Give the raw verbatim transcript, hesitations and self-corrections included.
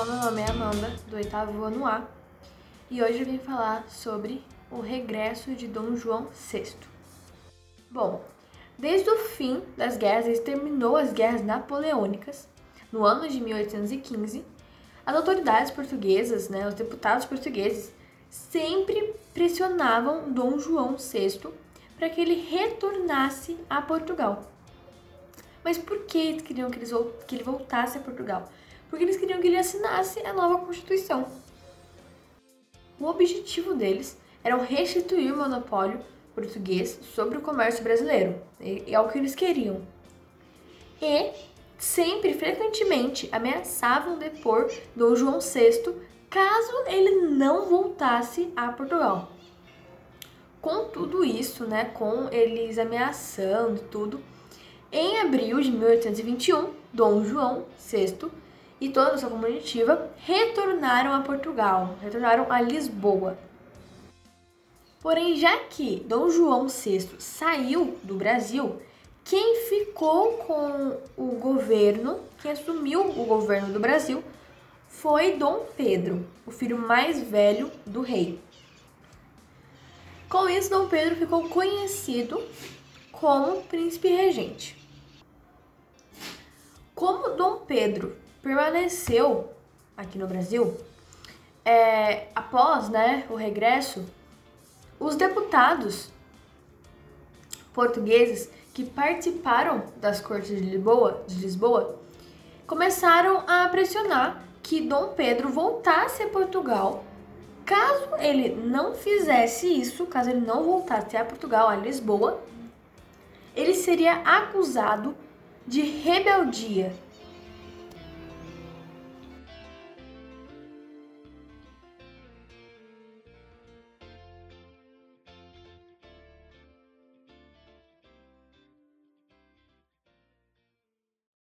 pessoal, meu nome é Amanda, do oitavo ano A, e hoje eu vim falar sobre o regresso de Dom João sexto. Bom, desde o fim das guerras, ele terminou as guerras napoleônicas, no ano de mil oitocentos e quinze, as autoridades portuguesas, né, os deputados portugueses, sempre pressionavam Dom João sexto para que ele retornasse a Portugal. Mas por que eles queriam que, eles, que ele voltasse a Portugal? Porque eles queriam que ele assinasse a nova Constituição. O objetivo deles era restituir o monopólio português sobre o comércio brasileiro. É o que eles queriam. E sempre, frequentemente, ameaçavam depor Dom João sexto caso ele não voltasse a Portugal. Com tudo isso, né, com eles ameaçando tudo, em abril de mil oitocentos e vinte e um, Dom João sexto e toda a sua comitiva retornaram a Portugal, retornaram a Lisboa. Porém, já que Dom João sexto saiu do Brasil, quem ficou com o governo, quem assumiu o governo do Brasil, foi Dom Pedro, o filho mais velho do rei. Com isso, Dom Pedro ficou conhecido como príncipe regente. Como Dom Pedro permaneceu aqui no Brasil, é, após né, o regresso, os deputados portugueses que participaram das Cortes de Lisboa, de Lisboa começaram a pressionar que Dom Pedro voltasse a Portugal. Caso ele não fizesse isso, caso ele não voltasse a Portugal, a Lisboa, ele seria acusado de rebeldia